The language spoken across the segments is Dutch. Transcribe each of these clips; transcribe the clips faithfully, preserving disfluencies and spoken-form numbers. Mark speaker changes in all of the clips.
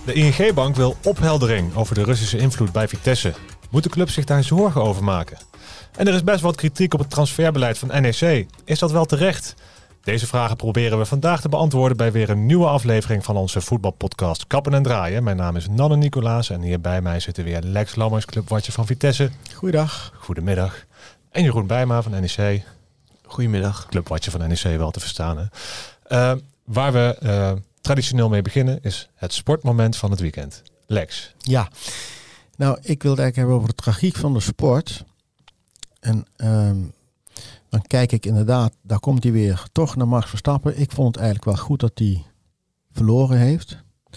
Speaker 1: De I N G-bank wil opheldering over de Russische invloed bij Vitesse. Moet de club zich daar zorgen over maken? En er is best wat kritiek op het transferbeleid van N E C. Is dat wel terecht? Deze vragen proberen we vandaag te beantwoorden bij weer een nieuwe aflevering van onze voetbalpodcast Kappen en Draaien. Mijn naam is Nanne Nicolaas en hier bij mij zitten weer Lex Lammers, clubwatcher van Vitesse.
Speaker 2: Goeiedag.
Speaker 1: Goedemiddag. En Jeroen Bijma van N E C.
Speaker 3: Goedemiddag.
Speaker 1: Clubwatcher van N E C, wel te verstaan. Hè? Uh, waar we uh, traditioneel mee beginnen is het sportmoment van het weekend. Lex.
Speaker 2: Ja, nou ik wilde eigenlijk hebben over de tragiek van de sport. En um, dan kijk ik inderdaad, daar komt hij weer toch naar Max Verstappen. Ik vond het eigenlijk wel goed dat hij verloren heeft.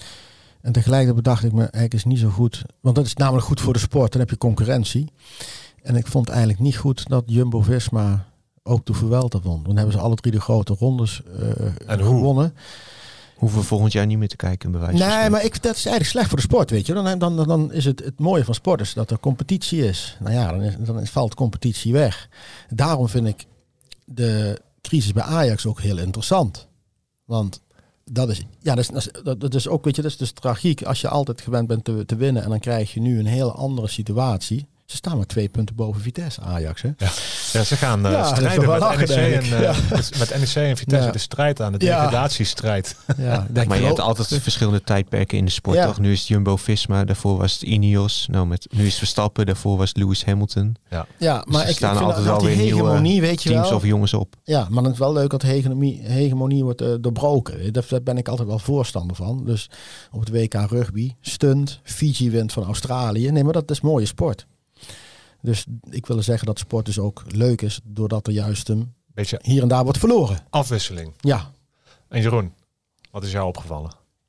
Speaker 2: En tegelijkertijd bedacht ik me, eigenlijk is niet zo goed. Want dat is namelijk goed voor de sport, dan heb je concurrentie. En ik vond het eigenlijk niet goed dat Jumbo-Visma ook de Vuelta won. Dan hebben ze alle drie de grote rondes uh,
Speaker 1: en hoe?
Speaker 2: gewonnen.
Speaker 3: Hoeven we volgend jaar niet meer te kijken, bij wijze van
Speaker 2: Nee,
Speaker 3: spreken.
Speaker 2: maar ik, dat is eigenlijk slecht voor de sport, weet je. Dan, dan, dan is het, het mooie van sport is dat er competitie is. Nou ja, dan, is, dan is, valt competitie weg. Daarom vind ik de crisis bij Ajax ook heel interessant. Want dat is, ja, dat is, dat, dat is ook, weet je, dat is dus tragiek. Als je altijd gewend bent te, te winnen en dan krijg je nu een hele andere situatie. Ze staan maar twee punten boven Vitesse, Ajax. Hè?
Speaker 1: Ja. ja, ze gaan uh,
Speaker 2: ja,
Speaker 1: strijden met
Speaker 2: lachen,
Speaker 1: N E C en, uh,
Speaker 2: ja.
Speaker 1: met N E C en Vitesse.
Speaker 2: Ja.
Speaker 1: De strijd aan, de
Speaker 2: Ja.
Speaker 1: degradatiestrijd.
Speaker 2: Ja, denk
Speaker 3: Maar je
Speaker 2: wel.
Speaker 3: hebt altijd verschillende tijdperken in de sport,
Speaker 2: Ja.
Speaker 3: toch? Nu is het Jumbo-Visma, daarvoor was het Ineos. Nou, met, nu is het Verstappen, daarvoor was het Lewis Hamilton.
Speaker 1: Ja,
Speaker 2: Ja, maar
Speaker 3: dus er
Speaker 2: ik,
Speaker 3: staan
Speaker 2: ik vind
Speaker 3: altijd
Speaker 2: dat
Speaker 3: wel
Speaker 2: die
Speaker 3: weer
Speaker 2: hegemonie,
Speaker 3: nieuwe
Speaker 2: weet je
Speaker 3: teams
Speaker 2: wel.
Speaker 3: of jongens op.
Speaker 2: Ja, maar het is wel leuk dat de hegemonie, hegemonie wordt uh, doorbroken. Daar, daar ben ik altijd wel voorstander van. Dus op het W K rugby, stunt, Fiji wint van Australië. Nee, maar dat is mooie sport. Dus ik wil zeggen dat sport dus ook leuk is, doordat er juist een
Speaker 1: beetje
Speaker 2: hier en daar wordt verloren.
Speaker 1: afwisseling.
Speaker 2: Ja.
Speaker 1: En Jeroen, wat is jou opgevallen?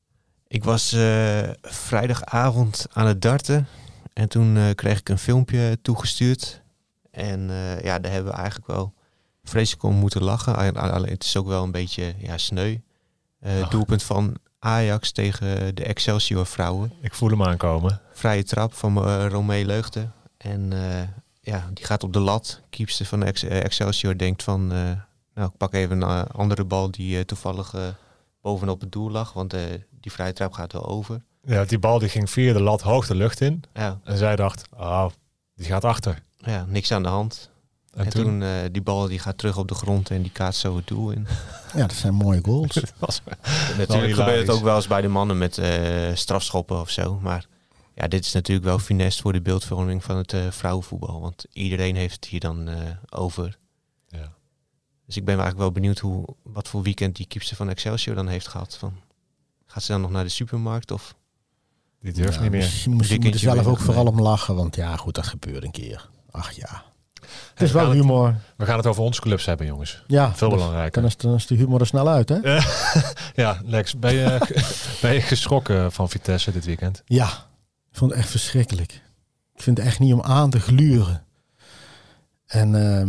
Speaker 3: Ik was uh, vrijdagavond aan het darten. En toen uh, kreeg ik een filmpje toegestuurd. En uh, ja, daar hebben we eigenlijk wel vreselijk om moeten lachen. Alleen het is ook wel een beetje ja, sneu. Uh, doelpunt van Ajax tegen de Excelsior vrouwen.
Speaker 1: Ik voel hem aankomen.
Speaker 3: Vrije trap van uh, Romee Leugden. En uh, ja, die gaat op de lat. Keepster van Ex- Excelsior denkt van... Uh, nou, ik pak even een uh, andere bal die uh, toevallig uh, bovenop het doel lag. Want uh, die vrije trap gaat wel over.
Speaker 1: Ja, die bal die ging via de lat hoog de lucht in.
Speaker 3: Ja.
Speaker 1: En zij dacht, oh, die gaat achter.
Speaker 3: Ja, niks aan de hand.
Speaker 1: En,
Speaker 3: en
Speaker 1: toen,
Speaker 3: toen uh, die bal die gaat terug op de grond en die kaatst zo het doel in.
Speaker 2: Ja, dat zijn mooie goals.
Speaker 3: Natuurlijk gebeurt het ook wel eens bij de mannen met uh, strafschoppen of zo. Maar ja, dit is natuurlijk wel funest voor de beeldvorming van het uh, vrouwenvoetbal. Want iedereen heeft het hier dan uh, over.
Speaker 1: Ja.
Speaker 3: Dus ik ben eigenlijk wel benieuwd hoe, wat voor weekend die keepster van Excelsior dan heeft gehad. Van, gaat ze dan nog naar de supermarkt of...
Speaker 1: Die durft
Speaker 2: ja,
Speaker 1: niet meer.
Speaker 2: Misschien moet je er zelf ook vooral om lachen. Want ja, goed, dat gebeurt een keer. Ach ja. Het is wel humor.
Speaker 1: Het, we gaan het over onze clubs hebben, jongens.
Speaker 2: Ja,
Speaker 1: veel
Speaker 2: dus,
Speaker 1: belangrijker.
Speaker 2: Dan is, dan is de humor er snel uit, hè?
Speaker 1: Uh, ja, Lex, ben je, ben je geschrokken van Vitesse dit weekend?
Speaker 2: Ja, ik vond het echt verschrikkelijk. Ik vind het echt niet om aan te gluren. En uh,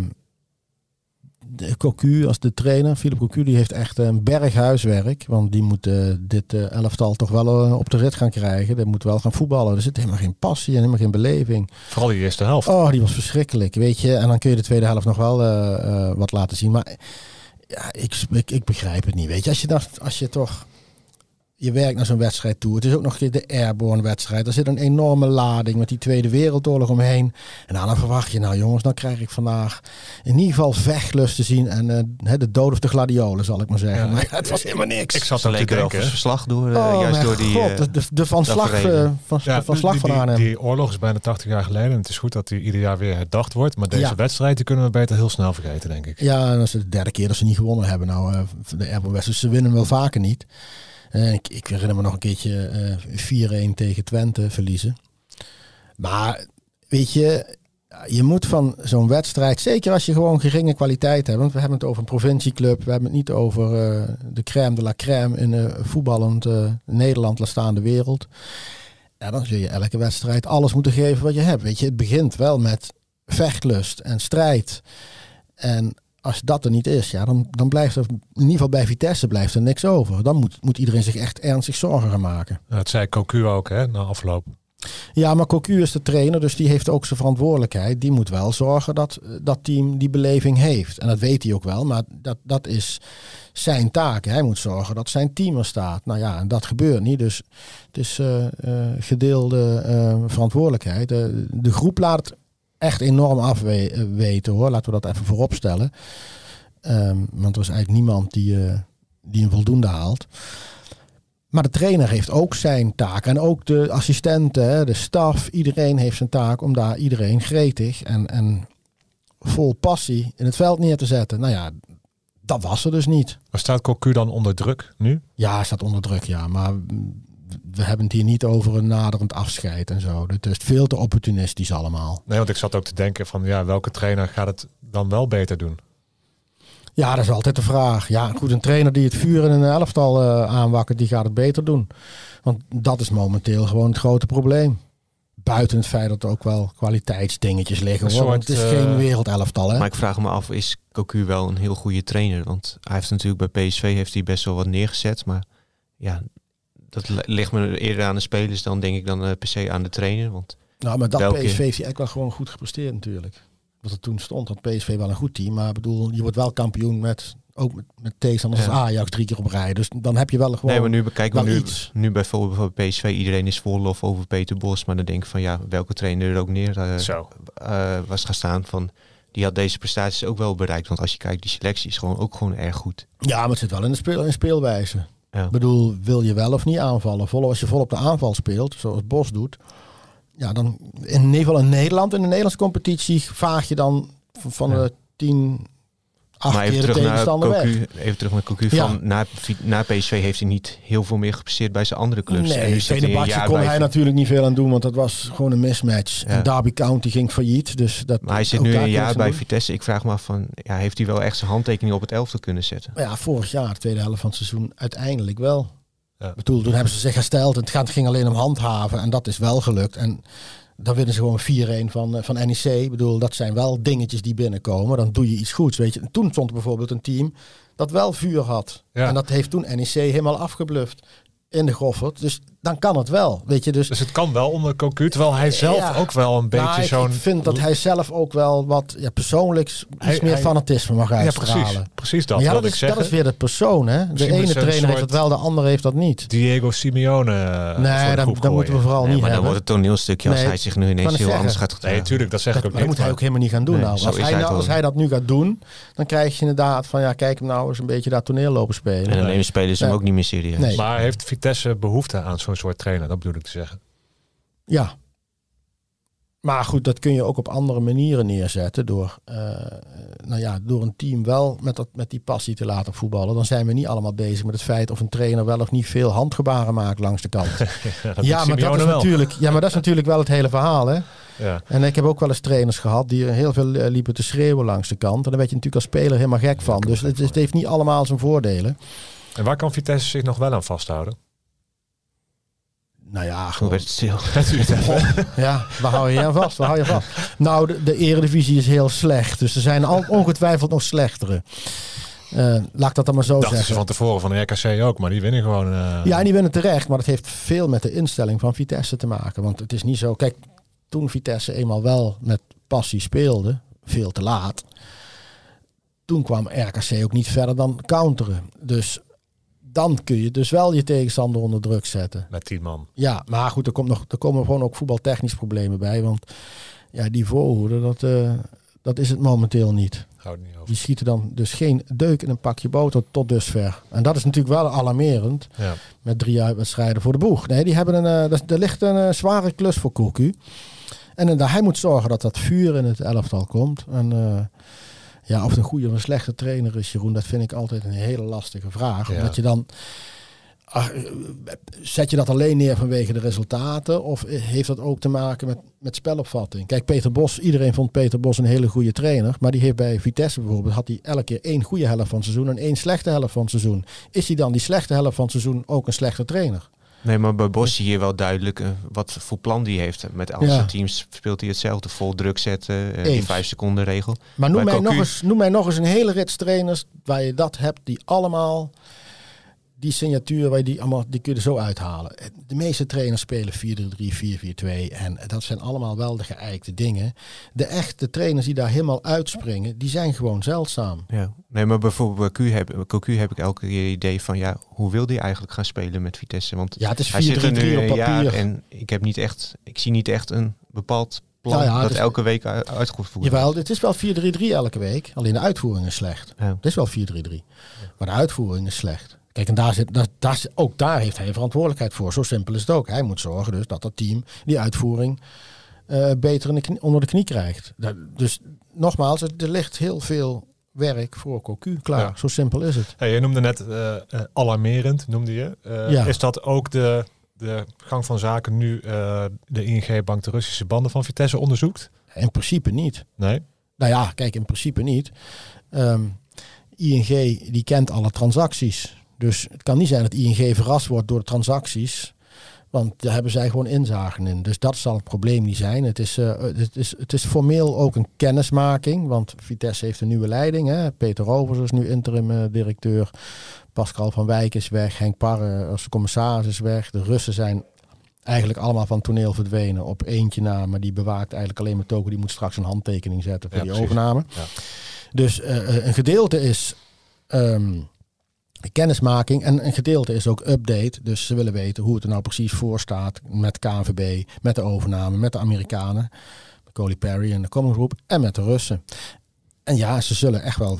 Speaker 2: de Cocu als de trainer, Philippe Cocu, die heeft echt een berg huiswerk. Want die moet uh, dit uh, elftal toch wel uh, op de rit gaan krijgen. Die moet wel gaan voetballen. Er zit helemaal geen passie en helemaal geen beleving.
Speaker 1: Vooral die eerste helft.
Speaker 2: Oh, die was verschrikkelijk, weet je. En dan kun je de tweede helft nog wel uh, uh, wat laten zien. Maar ja, ik, ik, ik begrijp het niet, weet je. Als je, dan, als je toch... Je werkt naar zo'n wedstrijd toe. Het is ook nog de Airborne wedstrijd. Er zit een enorme lading met die Tweede Wereldoorlog omheen. En dan verwacht je, nou jongens, dan krijg ik vandaag in ieder geval vechtlust te zien. En uh, de dood of de gladiolen, zal ik maar zeggen. Ja, maar het was helemaal niks.
Speaker 1: Ik zat ook te denken.
Speaker 3: Verslag door, uh,
Speaker 2: oh,
Speaker 3: juist door die...
Speaker 2: God, uh, de, de, de van slag, uh, van,
Speaker 1: ja,
Speaker 2: van, slag
Speaker 1: die,
Speaker 2: van
Speaker 1: die,
Speaker 2: Arnhem.
Speaker 1: Die oorlog is bijna tachtig jaar geleden. En het is goed dat die ieder jaar weer herdacht wordt. Maar deze
Speaker 2: ja.
Speaker 1: wedstrijd die kunnen we beter heel snel vergeten, denk ik.
Speaker 2: Ja, en dat is de derde keer dat ze niet gewonnen hebben. Nou, uh, de Airborne wedstrijd, ze winnen wel vaker niet. Uh, ik, ik herinner me nog een keertje uh, vier-een tegen Twente verliezen. Maar weet je, je moet van zo'n wedstrijd, zeker als je gewoon geringe kwaliteit hebt, want we hebben het over een provincieclub, we hebben het niet over uh, de crème de la crème in uh, voetballend uh, Nederland, laat staan de wereld. Ja, dan zul je elke wedstrijd alles moeten geven wat je hebt. Weet je, het begint wel met vechtlust en strijd. En als dat er niet is, ja, dan, dan blijft er, in ieder geval bij Vitesse blijft er niks over. Dan moet, moet iedereen zich echt ernstig zorgen gaan maken.
Speaker 1: Dat zei Cocu ook, hè, na afloop.
Speaker 2: Ja, maar Cocu is de trainer, dus die heeft ook zijn verantwoordelijkheid. Die moet wel zorgen dat dat team die beleving heeft. En dat weet hij ook wel, maar dat, dat is zijn taak. Hij moet zorgen dat zijn team er staat. Nou ja, en dat gebeurt niet. Dus het is uh, uh, gedeelde uh, verantwoordelijkheid. Uh, de groep laat het echt enorm afweten, hoor. Laten we dat even voorop stellen. Um, want er is eigenlijk niemand die, uh, die een voldoende haalt. Maar de trainer heeft ook zijn taak. En ook de assistenten, de staf. Iedereen heeft zijn taak om daar iedereen gretig en, en vol passie in het veld neer te zetten. Nou ja, dat was er dus niet.
Speaker 1: Maar staat Cocu dan onder druk nu?
Speaker 2: Ja, hij staat onder druk, ja. Maar we hebben het hier niet over een naderend afscheid en zo. Het is veel te opportunistisch allemaal.
Speaker 1: Nee, want ik zat ook te denken van, ja, welke trainer gaat het dan wel beter doen?
Speaker 2: Ja, dat is altijd de vraag. Ja, goed, een trainer die het vuur in een elftal uh, aanwakkert, die gaat het beter doen. Want dat is momenteel gewoon het grote probleem. Buiten het feit dat er ook wel kwaliteitsdingetjes liggen. Hoor. Want het is uh, geen wereldelftal, hè?
Speaker 3: Maar ik vraag me af, is Cocu wel een heel goede trainer? Want hij heeft natuurlijk bij P S V heeft hij best wel wat neergezet. Maar ja, dat ligt me eerder aan de spelers dan denk ik dan uh, per se aan de trainer. Want
Speaker 2: nou, maar dat welke... P S V heeft hij eigenlijk wel gewoon goed gepresteerd natuurlijk. Wat er toen stond, had P S V wel een goed team. Maar ik bedoel, je wordt wel kampioen met ook met, met tegenstanders ja. als Ajax drie keer op rij. Dus dan heb je wel gewoon.
Speaker 3: Nee, maar nu bekijken we nu, nu bijvoorbeeld bij P S V. Iedereen is vol lof over Peter Bos. Maar dan denk ik van ja, welke trainer er ook neer uh,
Speaker 1: Zo.
Speaker 3: Uh, was gaan staan van. Die had deze prestaties ook wel bereikt. Want als je kijkt, die selectie is gewoon ook gewoon erg goed.
Speaker 2: Ja, maar het zit wel in de speel, in speelwijze.
Speaker 3: Ja.
Speaker 2: Ik bedoel, wil je wel of niet aanvallen? Vol, als je vol op de aanval speelt, zoals Bos doet. Ja, dan in ieder geval in Nederland, in de Nederlandse competitie, vaag je dan van ja. de tien, acht
Speaker 3: maar even
Speaker 2: keer de
Speaker 3: terug
Speaker 2: tegenstander
Speaker 3: naar Cocu,
Speaker 2: weg.
Speaker 3: Even terug naar Cocu.
Speaker 2: Ja.
Speaker 3: Van, na, na P S V heeft hij niet heel veel meer gepresteerd bij zijn andere clubs.
Speaker 2: Nee,
Speaker 3: en nu zit hij een jaar
Speaker 2: kon
Speaker 3: bij...
Speaker 2: hij natuurlijk niet veel aan doen, want dat was gewoon een mismatch.
Speaker 3: Ja.
Speaker 2: En Derby County ging failliet. Dus dat,
Speaker 3: maar hij zit nu een jaar bij Vitesse. Ik vraag me af van, ja, heeft hij wel echt zijn handtekening op het elftal kunnen zetten?
Speaker 2: Maar ja, vorig jaar, de tweede helft van het seizoen, uiteindelijk wel.
Speaker 1: Ja.
Speaker 2: Ik bedoel, toen hebben ze zich hersteld en het ging alleen om handhaven en dat is wel gelukt. En dan winnen ze gewoon vier-een van, van N E C. Ik bedoel, dat zijn wel dingetjes die binnenkomen. Dan doe je iets goeds, weet je. En toen stond er bijvoorbeeld een team dat wel vuur had.
Speaker 1: Ja.
Speaker 2: En dat heeft toen N E C helemaal afgebluft in de Goffert. Dus dan kan het wel, weet je. Dus,
Speaker 1: dus het kan wel onder Cocu, terwijl hij zelf ja. ook wel een beetje
Speaker 2: nou,
Speaker 1: zo'n...
Speaker 2: Ik vind dat hij zelf ook wel wat ja, persoonlijk iets
Speaker 1: hij,
Speaker 2: meer
Speaker 1: hij,
Speaker 2: fanatisme mag uitstralen.
Speaker 1: Ja, precies. Precies dat,
Speaker 2: maar ja,
Speaker 1: dat
Speaker 2: dat
Speaker 1: ik
Speaker 2: is,
Speaker 1: zeggen.
Speaker 2: Dat is weer de persoon, hè. De ene trainer heeft dat wel, de andere heeft dat niet.
Speaker 1: Diego Simeone.
Speaker 2: Nee, dat, dat moeten we vooral
Speaker 3: nee,
Speaker 2: niet
Speaker 3: maar
Speaker 2: hebben.
Speaker 3: dan wordt het toneelstukje als
Speaker 2: nee,
Speaker 3: hij zich nu ineens heel anders gaat
Speaker 1: Nee, natuurlijk, dat zeg ik ook
Speaker 2: dat
Speaker 1: niet.
Speaker 2: moet hij ook helemaal niet gaan doen.
Speaker 3: Nee,
Speaker 2: nou. Als, hij nou, als hij dat nu gaat doen, dan krijg je inderdaad van ja, kijk hem nou eens een beetje daar toneel lopen spelen.
Speaker 3: En dan nemen spelers hem ook niet meer serieus.
Speaker 2: Nee.
Speaker 1: Maar heeft Vitesse behoefte aan zo'n soort trainer? Dat bedoel ik te zeggen.
Speaker 2: Ja. Maar goed, dat kun je ook op andere manieren neerzetten. Door, uh, nou ja, door een team wel met, dat, met die passie te laten voetballen. Dan zijn we niet allemaal bezig met het feit of een trainer wel of niet veel handgebaren maakt langs de kant.
Speaker 1: ja, dat
Speaker 2: ja, maar dat is natuurlijk, ja, maar dat is natuurlijk wel het hele verhaal. Hè?
Speaker 1: Ja.
Speaker 2: En ik heb ook wel eens trainers gehad die heel veel uh, liepen te schreeuwen langs de kant. En daar werd je natuurlijk als speler helemaal gek van. Dus het, het heeft niet allemaal zijn voordelen.
Speaker 1: En waar kan Vitesse zich nog wel aan vasthouden?
Speaker 2: Nou ja,
Speaker 3: gewoon werd het stil.
Speaker 2: Ja, waar hou je aan vast? Waar hou je vast? Nou, de, de Eredivisie is heel slecht. Dus er zijn al, ongetwijfeld nog slechtere. Uh, laat ik dat dan maar zo
Speaker 1: dat
Speaker 2: zeggen.
Speaker 1: Dat is van tevoren van de R K C ook, maar die winnen gewoon... Uh...
Speaker 2: Ja, en die winnen terecht. Maar dat heeft veel met de instelling van Vitesse te maken. Want het is niet zo... Kijk, toen Vitesse eenmaal wel met passie speelde, veel te laat, toen kwam R K C ook niet verder dan counteren. Dus dan kun je dus wel je tegenstander onder druk zetten.
Speaker 1: Met tien man.
Speaker 2: Ja, maar goed, er, komt nog, er komen gewoon ook voetbaltechnisch problemen bij. Want ja, die voorhoede, dat, uh, dat is het momenteel niet.
Speaker 1: Houdt niet over.
Speaker 2: Die schieten dan dus geen deuk in een pakje boter tot dusver. En dat is natuurlijk wel alarmerend.
Speaker 1: Ja. Met
Speaker 2: drie uitwedstrijden voor de boeg. Nee, die hebben een, uh, er ligt een uh, zware klus voor Cocu. En uh, hij moet zorgen dat dat vuur in het elftal komt. En uh, ja, of het een goede of een slechte trainer is, Jeroen, dat vind ik altijd een hele lastige vraag.
Speaker 1: Ja.
Speaker 2: Omdat je dan... Ach, zet je dat alleen neer vanwege de resultaten? Of heeft dat ook te maken met, met spelopvatting? Kijk, Peter Bos, iedereen vond Peter Bos een hele goede trainer. Maar die heeft bij Vitesse bijvoorbeeld, had hij elke keer één goede helft van het seizoen en één slechte helft van het seizoen. Is hij dan die slechte helft van het seizoen ook een slechte trainer?
Speaker 3: Nee, maar bij Bos zie je wel duidelijk uh, wat voor plan die heeft. Met al zijn ja. teams speelt hij hetzelfde. Vol druk zetten, uh, die vijf seconden regel.
Speaker 2: Maar noem mij,
Speaker 3: Cocu...
Speaker 2: nog eens, noem mij nog eens een hele rits trainers waar je dat hebt, die allemaal... die signatuur, waar je die, allemaal, die kun je er zo uithalen. De meeste trainers spelen vier drie drie, vier vier twee. En dat zijn allemaal wel de geëikte dingen. De echte trainers die daar helemaal uitspringen, die zijn gewoon zeldzaam.
Speaker 3: Ja. Nee, maar bijvoorbeeld bij Cocu heb, Cocu heb ik elke keer het idee van, ja, hoe wil die eigenlijk gaan spelen met Vitesse? Want
Speaker 2: ja, het is
Speaker 3: hij
Speaker 2: vier
Speaker 3: zit er
Speaker 2: drie
Speaker 3: nu
Speaker 2: drie op
Speaker 3: een
Speaker 2: papier.
Speaker 3: jaar en ik heb niet echt, ik zie niet echt een bepaald plan
Speaker 2: Nou ja,
Speaker 3: dat
Speaker 2: dus-
Speaker 3: elke week u- uitgevoerd wordt.
Speaker 2: Jawel, het is wel vier drie drie elke week. Alleen de uitvoering is slecht.
Speaker 3: Ja.
Speaker 2: Het is wel vier drie drie. Maar de uitvoering is slecht. Kijk, en daar zit, daar, daar, zit- ook daar heeft hij verantwoordelijkheid voor. Zo simpel is het ook. Hij moet zorgen dus dat dat team die uitvoering uh, beter in de knie, onder de knie krijgt. Dat, dus nogmaals, er, er ligt heel veel werk voor Cocu. Klaar,
Speaker 1: Ja.
Speaker 2: zo simpel is het.
Speaker 1: Hey, je noemde net uh, uh, alarmerend, noemde je. Uh,
Speaker 2: Ja.
Speaker 1: Is dat ook de, de gang van zaken nu uh, de I N G-bank de Russische banden van Vitesse onderzoekt?
Speaker 2: In principe niet.
Speaker 1: Nee?
Speaker 2: Nou ja, kijk, in principe niet. Um, I N G die kent alle transacties. Dus het kan niet zijn dat I N G verrast wordt door de transacties. Want daar hebben zij gewoon inzagen in. Dus dat zal het probleem niet zijn. Het is, uh, het is, het is formeel ook een kennismaking. Want Vitesse heeft een nieuwe leiding. Hè? Peter Rovers is nu interim uh, directeur. Pascal van Wijk is weg. Henk Parre als commissaris is weg. De Russen zijn eigenlijk allemaal van het toneel verdwenen. Op eentje na. Maar die bewaakt eigenlijk alleen maar token. Die moet straks een handtekening zetten voor
Speaker 1: Ja,
Speaker 2: die
Speaker 1: precies.
Speaker 2: overname.
Speaker 1: Ja.
Speaker 2: Dus uh, een gedeelte is um, kennismaking en een gedeelte is ook update. Dus ze willen weten hoe het er nou precies voor staat met K N V B, met de overname, met de Amerikanen, met Coley Perry en de Common Group en met de Russen. En ja, ze zullen echt wel...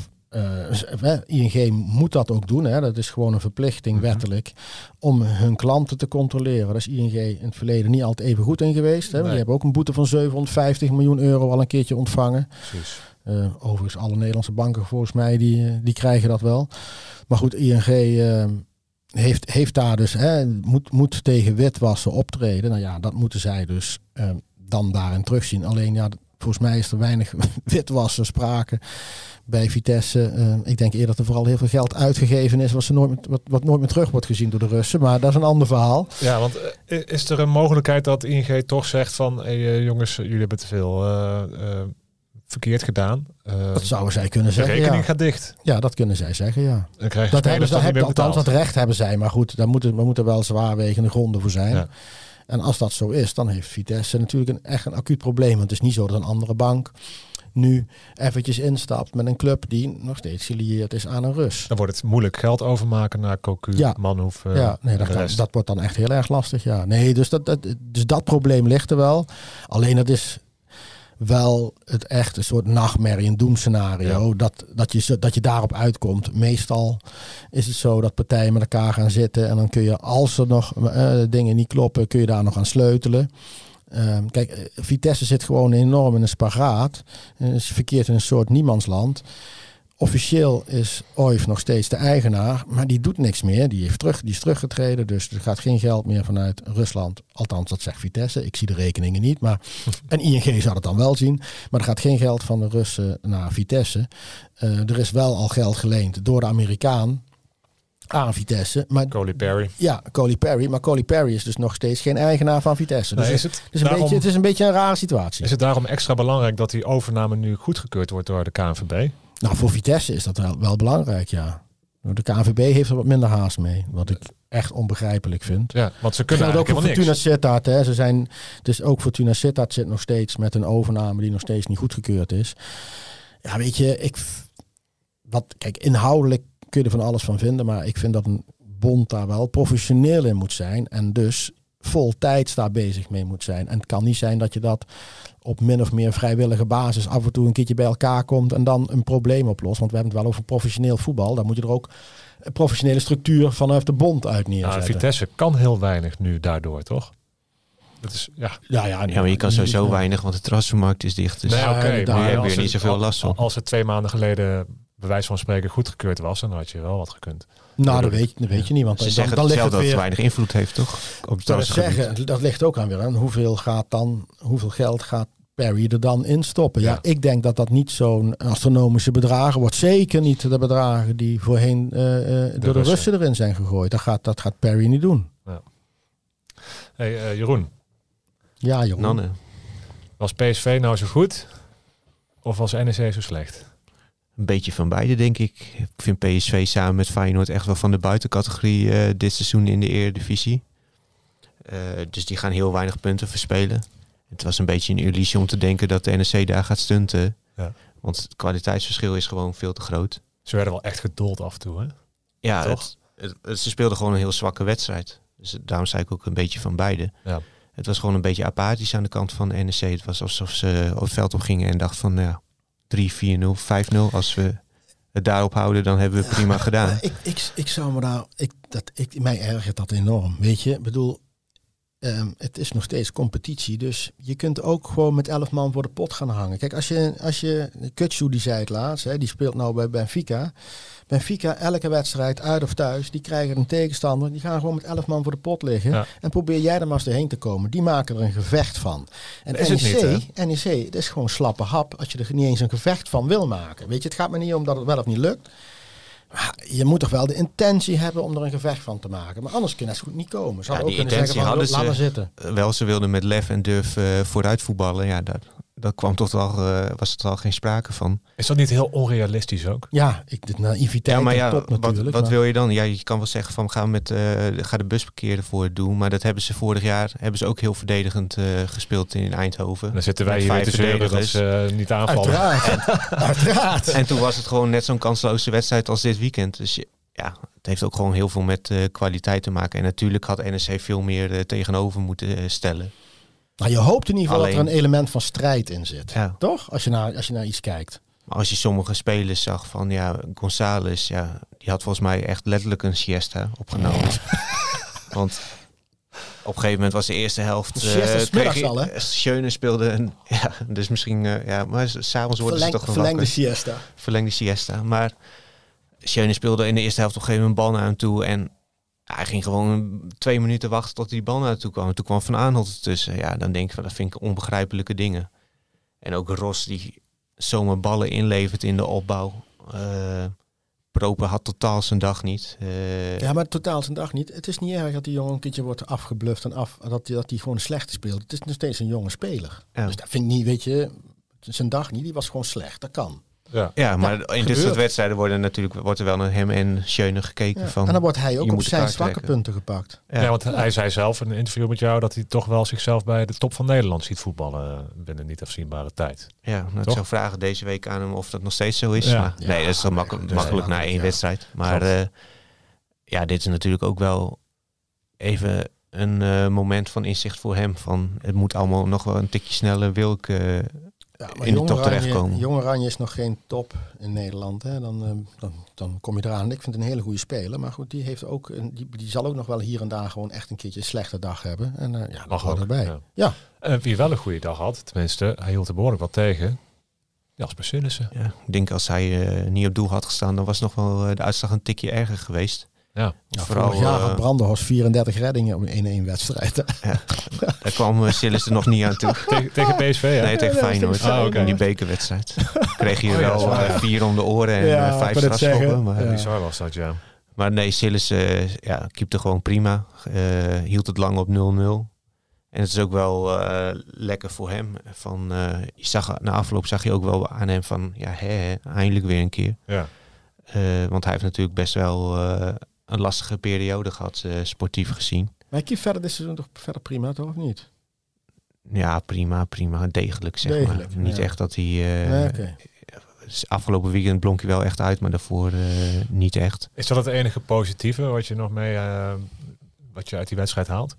Speaker 2: Uh, I N G moet dat ook doen. Hè. Dat is gewoon een verplichting
Speaker 1: Mm-hmm.
Speaker 2: wettelijk om hun klanten te controleren. Daar is I N G in het verleden niet altijd even goed in geweest. Hè.
Speaker 1: Nee.
Speaker 2: Die hebben ook een boete van zevenhonderdvijftig miljoen euro al een keertje ontvangen.
Speaker 1: Precies.
Speaker 2: Uh, overigens, alle Nederlandse banken volgens mij, die, die krijgen dat wel. Maar goed, I N G uh, heeft, heeft daar dus, hè, moet, moet tegen witwassen optreden. Nou ja, dat moeten zij dus uh, dan daarin terugzien. Alleen ja, volgens mij is er weinig witwassen sprake bij Vitesse. Uh, ik denk eerder dat er vooral heel veel geld uitgegeven is, wat, ze nooit meer, wat, wat nooit meer terug wordt gezien door de Russen. Maar dat is een ander verhaal.
Speaker 1: Ja, want uh, is er een mogelijkheid dat I N G toch zegt van, hey, uh, jongens, jullie hebben te veel... Uh, uh, verkeerd gedaan. Uh,
Speaker 2: Dat zouden zij kunnen
Speaker 1: de
Speaker 2: zeggen.
Speaker 1: rekening
Speaker 2: Ja.
Speaker 1: gaat dicht.
Speaker 2: Ja, dat kunnen zij zeggen, ja.
Speaker 1: Dan krijgen
Speaker 2: Dat hebben
Speaker 1: spelers
Speaker 2: ze,
Speaker 1: toch niet
Speaker 2: hebben,
Speaker 1: meer
Speaker 2: althans,
Speaker 1: betaald.
Speaker 2: dat recht hebben zij. Maar goed, daar moeten, daar moeten wel zwaarwegende gronden voor zijn.
Speaker 1: Ja.
Speaker 2: En als dat zo is, dan heeft Vitesse natuurlijk een, echt een acuut probleem. Want het is niet zo dat een andere bank nu eventjes instapt met een club die nog steeds gelieerd is aan een Rus.
Speaker 1: Dan wordt het moeilijk geld overmaken naar Cocu,
Speaker 2: Ja.
Speaker 1: Manhoef uh,
Speaker 2: Ja, nee,
Speaker 1: en
Speaker 2: dat,
Speaker 1: de
Speaker 2: kan,
Speaker 1: rest.
Speaker 2: dat wordt dan echt heel erg lastig, ja. Nee, dus dat, dat, dus dat probleem ligt er wel. Alleen dat is wel het echt een soort nachtmerrie, een doemscenario.
Speaker 1: Ja.
Speaker 2: Dat, dat, je, dat je daarop uitkomt. Meestal is het zo dat partijen met elkaar gaan zitten. En dan kun je, als er nog uh, dingen niet kloppen, kun je daar nog aan sleutelen. Uh, kijk, Vitesse zit gewoon enorm in een spagaat. Uh, is verkeerd in een soort niemandsland. Officieel is Oif nog steeds de eigenaar, maar die doet niks meer. Die, heeft terug, die is teruggetreden, dus er gaat geen geld meer vanuit Rusland. Althans, dat zegt Vitesse. Ik zie de rekeningen niet, maar en I N G zou het dan wel zien. Maar er gaat geen geld van de Russen naar Vitesse. Uh, er is wel al geld geleend door de Amerikaan aan Vitesse. Maar,
Speaker 1: Coley Perry.
Speaker 2: ja, Coley Perry. Maar Coley Perry is dus nog steeds geen eigenaar van Vitesse. Dus
Speaker 1: Nee,
Speaker 2: het,
Speaker 1: is het,
Speaker 2: het, is een
Speaker 1: daarom,
Speaker 2: beetje, het is een beetje een rare situatie.
Speaker 1: is het daarom extra belangrijk dat die overname nu goedgekeurd wordt door de K N V B?
Speaker 2: Nou, voor Vitesse is dat wel, wel belangrijk, ja. De K N V B heeft er wat minder haast mee. Wat ik echt onbegrijpelijk vind.
Speaker 1: Ja, want ze kunnen
Speaker 2: Geldt ook voor
Speaker 1: eigenlijk
Speaker 2: Fortuna
Speaker 1: helemaal niks.
Speaker 2: Sittard. Hè. Ze zijn, dus ook Fortuna Sittard zit nog steeds met een overname die nog steeds niet goedgekeurd is. Ja, weet je, ik, wat, kijk, inhoudelijk kun je er van alles van vinden, maar ik vind dat een bond daar wel professioneel in moet zijn en dus vol tijd daar bezig mee moet zijn. En het kan niet zijn dat je dat op min of meer vrijwillige basis af en toe een keertje bij elkaar komt en dan een probleem oplost. Want we hebben het wel over professioneel voetbal. Dan moet je er ook een professionele structuur vanuit de bond uit neerzetten.
Speaker 1: Nou, Vitesse kan heel weinig nu daardoor, toch? Dat is, ja.
Speaker 2: Ja, ja,
Speaker 3: Ja, maar je kan sowieso
Speaker 2: ja.
Speaker 3: weinig, want de transfermarkt is dicht. Dus
Speaker 1: Nee,
Speaker 2: Ja,
Speaker 1: oké.
Speaker 2: inderdaad.
Speaker 1: maar
Speaker 3: Daar heb je
Speaker 1: als
Speaker 3: niet
Speaker 1: het-
Speaker 3: zoveel last van.
Speaker 1: Als het twee maanden geleden bij wijze van spreken goedgekeurd was, dan had je wel wat gekund.
Speaker 2: Nou, dat weet, dat weet je niet. Want
Speaker 3: Ze
Speaker 2: dan,
Speaker 3: zeggen
Speaker 2: dan
Speaker 3: het
Speaker 2: ligt
Speaker 3: zelf
Speaker 2: het
Speaker 3: dat het
Speaker 2: weer...
Speaker 3: weinig invloed heeft, toch? Op het
Speaker 2: Dat,
Speaker 3: transfergebied.
Speaker 2: zeggen, dat ligt ook aan weer aan. Hoeveel gaat dan, hoeveel geld gaat Perry er dan in stoppen? Ja,
Speaker 1: Ja.
Speaker 2: ik denk dat dat niet zo'n astronomische bedragen wordt. Zeker niet de bedragen die voorheen uh, uh, door de
Speaker 1: Russen.
Speaker 2: Russen erin zijn gegooid. Dat gaat, dat gaat Perry niet doen.
Speaker 1: Hey, uh, Jeroen,
Speaker 2: Ja, jongen.
Speaker 3: Nanne.
Speaker 1: was P S V nou zo goed? Of was N E C zo slecht?
Speaker 3: een beetje van beide, denk ik. Ik vind P S V samen met Feyenoord echt wel van de buitencategorie uh, dit seizoen in de Eredivisie. Uh, dus die gaan heel weinig punten verspelen. Het was een beetje een illusie om te denken dat de N E C daar gaat stunten.
Speaker 1: Ja.
Speaker 3: Want het kwaliteitsverschil is gewoon veel te groot.
Speaker 1: Ze werden wel echt gedold af en toe, hè?
Speaker 3: Ja,
Speaker 1: Toch?
Speaker 3: het, het, het, ze speelden gewoon een heel zwakke wedstrijd. Dus daarom zei ik ook een beetje van beide.
Speaker 1: Ja.
Speaker 3: Het was gewoon een beetje apathisch aan de kant van de N E C. Het was alsof ze op het veld op gingen en dachten van ja, drie vier nul, vijf nul. Als we het daarop houden, dan hebben we prima gedaan.
Speaker 2: Ik, ik, ik zou me daar... Ik, dat, ik, mij ergert dat enorm, weet je. Ik bedoel, um, het is nog steeds competitie. Dus je kunt ook gewoon met elf man voor de pot gaan hangen. Kijk, als je... Als je Kutsu, die zei het laatst, hè, die speelt nou bij Benfica. Benfica, elke wedstrijd, uit of thuis, die krijgen een tegenstander. Die gaan gewoon met elf man voor de pot liggen. Ja. En probeer jij er maar eens doorheen te komen. Die maken er een gevecht van. En
Speaker 1: is
Speaker 2: N E C,
Speaker 1: het niet,
Speaker 2: N E C, het is gewoon slappe hap als je er niet eens een gevecht van wil maken. Weet je, het gaat me niet om dat het wel of niet lukt. Maar je moet toch wel de intentie hebben om er een gevecht van te maken. Maar anders kun je net goed niet komen. Ze hadden
Speaker 3: ja,
Speaker 2: ook kunnen zeggen van, laat maar zitten.
Speaker 3: Wel, ze wilden met lef en durf uh, vooruit voetballen. Ja, dat, dat kwam toch wel, uh, was er al geen sprake van.
Speaker 1: Is dat niet heel onrealistisch ook?
Speaker 2: Ja, ik, de naïviteit
Speaker 3: ja, maar ja,
Speaker 2: top natuurlijk.
Speaker 3: Wat, wat
Speaker 2: maar...
Speaker 3: wil je dan? Ja, je kan wel zeggen van ga, met, uh, ga de busparkeer ervoor doen. Maar dat hebben ze vorig jaar hebben ze ook heel verdedigend uh, gespeeld in Eindhoven.
Speaker 1: En dan zitten wij hier weer te zeuren dat ze uh, niet aanvallen.
Speaker 2: Uiteraard. En, Uiteraard.
Speaker 3: En toen was het gewoon net zo'n kansloze wedstrijd als dit weekend. Dus je, ja, het heeft ook gewoon heel veel met uh, kwaliteit te maken. En natuurlijk had N E C veel meer uh, tegenover moeten uh, stellen.
Speaker 2: Nou, je hoopt in ieder geval
Speaker 3: Alleen,
Speaker 2: dat er een element van strijd in zit.
Speaker 3: Ja.
Speaker 2: Toch? Als je, naar, als je naar iets kijkt.
Speaker 3: Maar als je sommige spelers zag van, ja, González, ja, die had volgens mij echt letterlijk een siesta opgenomen. Want op een gegeven moment was de eerste helft...
Speaker 2: Siesta is middags
Speaker 3: je,
Speaker 2: al, hè?
Speaker 3: Schöne speelde een... Ja, dus misschien... Uh, ja, maar s'avonds worden
Speaker 2: Verleng,
Speaker 3: ze toch nog
Speaker 2: Verlengde
Speaker 3: wakker.
Speaker 2: siesta.
Speaker 3: Verlengde siesta. Maar Schöne speelde in de eerste helft op een gegeven moment een bal naar hem toe en... Hij ging gewoon twee minuten wachten tot hij die bal naar toe kwam. En toen kwam Van Aanholt ertussen. Ja, dan denk ik van, dat vind ik onbegrijpelijke dingen. En ook Ros die zomaar ballen inlevert in de opbouw. Uh, Proper had totaal zijn dag niet. Uh,
Speaker 2: ja, maar totaal zijn dag niet. Het is niet erg dat die jongen een keertje wordt afgebluft en af, dat hij dat die gewoon slecht speelt. Het is nog steeds een jonge speler.
Speaker 3: Ja.
Speaker 2: Dus dat vind ik niet, weet je, zijn dag niet. Die was gewoon slecht. Dat kan.
Speaker 3: Ja, ja maar ja, in dit soort wedstrijden worden natuurlijk, wordt er wel naar hem en Schöne gekeken.
Speaker 2: Ja.
Speaker 3: Van,
Speaker 2: en dan wordt hij ook op zijn zwakke punten gepakt.
Speaker 1: Ja, ja want ja. hij zei zelf in een interview met jou dat hij toch wel zichzelf bij de top van Nederland ziet voetballen binnen niet afzienbare tijd.
Speaker 3: Ja, nou, ik zou vragen deze week aan hem of dat nog steeds zo is.
Speaker 1: Ja.
Speaker 3: Maar,
Speaker 2: Ja,
Speaker 3: nee, dat is dan mak-
Speaker 2: nee,
Speaker 3: makkelijk
Speaker 2: nee,
Speaker 3: na één
Speaker 2: ja.
Speaker 3: wedstrijd. Maar uh, ja, dit is natuurlijk ook wel even een uh, moment van inzicht voor hem. Van het moet allemaal nog wel een tikje sneller, wil ik... Uh,
Speaker 2: Ja, maar
Speaker 3: in de top terechtkomen.
Speaker 2: Jong Oranje is nog geen top in Nederland. Hè. Dan, uh, dan, dan kom je eraan. Ik vind het een hele goede speler. Maar goed, die, heeft ook, een, die, die zal ook nog wel hier en daar gewoon echt een keertje een slechte dag hebben. En uh, ja,
Speaker 1: mag ook
Speaker 2: erbij.
Speaker 1: Ja.
Speaker 2: Ja.
Speaker 1: Uh, wie wel een goede dag had, tenminste, hij hield er behoorlijk wat tegen. Jasper Sillissen.
Speaker 3: Ja, ik denk als hij uh, niet op doel had gestaan, dan was nog wel uh, de uitslag een tikje erger geweest.
Speaker 2: Ja. Ja, vooral, vorig jaar uh, had Brandenhorst vierendertig reddingen op een één-één wedstrijd.
Speaker 3: Ja, daar kwam uh, Sillissen nog niet aan toe.
Speaker 1: Tegen, tegen P S V, hè?
Speaker 3: Nee, tegen Feyenoord.
Speaker 1: Ah, okay.
Speaker 3: In die bekerwedstrijd. Kreeg je
Speaker 1: oh,
Speaker 3: wel
Speaker 1: ja,
Speaker 3: uh, vier om de oren en
Speaker 2: ja,
Speaker 3: uh, vijf strafschoppen. Maar,
Speaker 1: ja. Bizar was dat, ja.
Speaker 3: Maar nee, Sillissen uh, ja, keepte gewoon prima. Uh, hield het lang op nul nul. En het is ook wel uh, lekker voor hem. Van, uh, je zag, na afloop zag je ook wel aan hem van, ja, hè, hè, eindelijk weer een keer.
Speaker 1: Ja.
Speaker 3: Uh, want hij heeft natuurlijk best wel uh, een lastige periode gehad, uh, sportief gezien.
Speaker 2: Maar hij kiest verder dit seizoen toch verder prima, toch of niet?
Speaker 3: Ja, prima, prima. Degelijk, zeg
Speaker 2: Degelijk,
Speaker 3: maar. Niet
Speaker 2: ja.
Speaker 3: echt dat hij... Uh,
Speaker 2: nee, okay.
Speaker 3: Afgelopen weekend blonk hij wel echt uit, maar daarvoor uh, niet echt.
Speaker 1: Is dat het enige positieve wat je nog mee... Uh, wat je uit die wedstrijd haalt?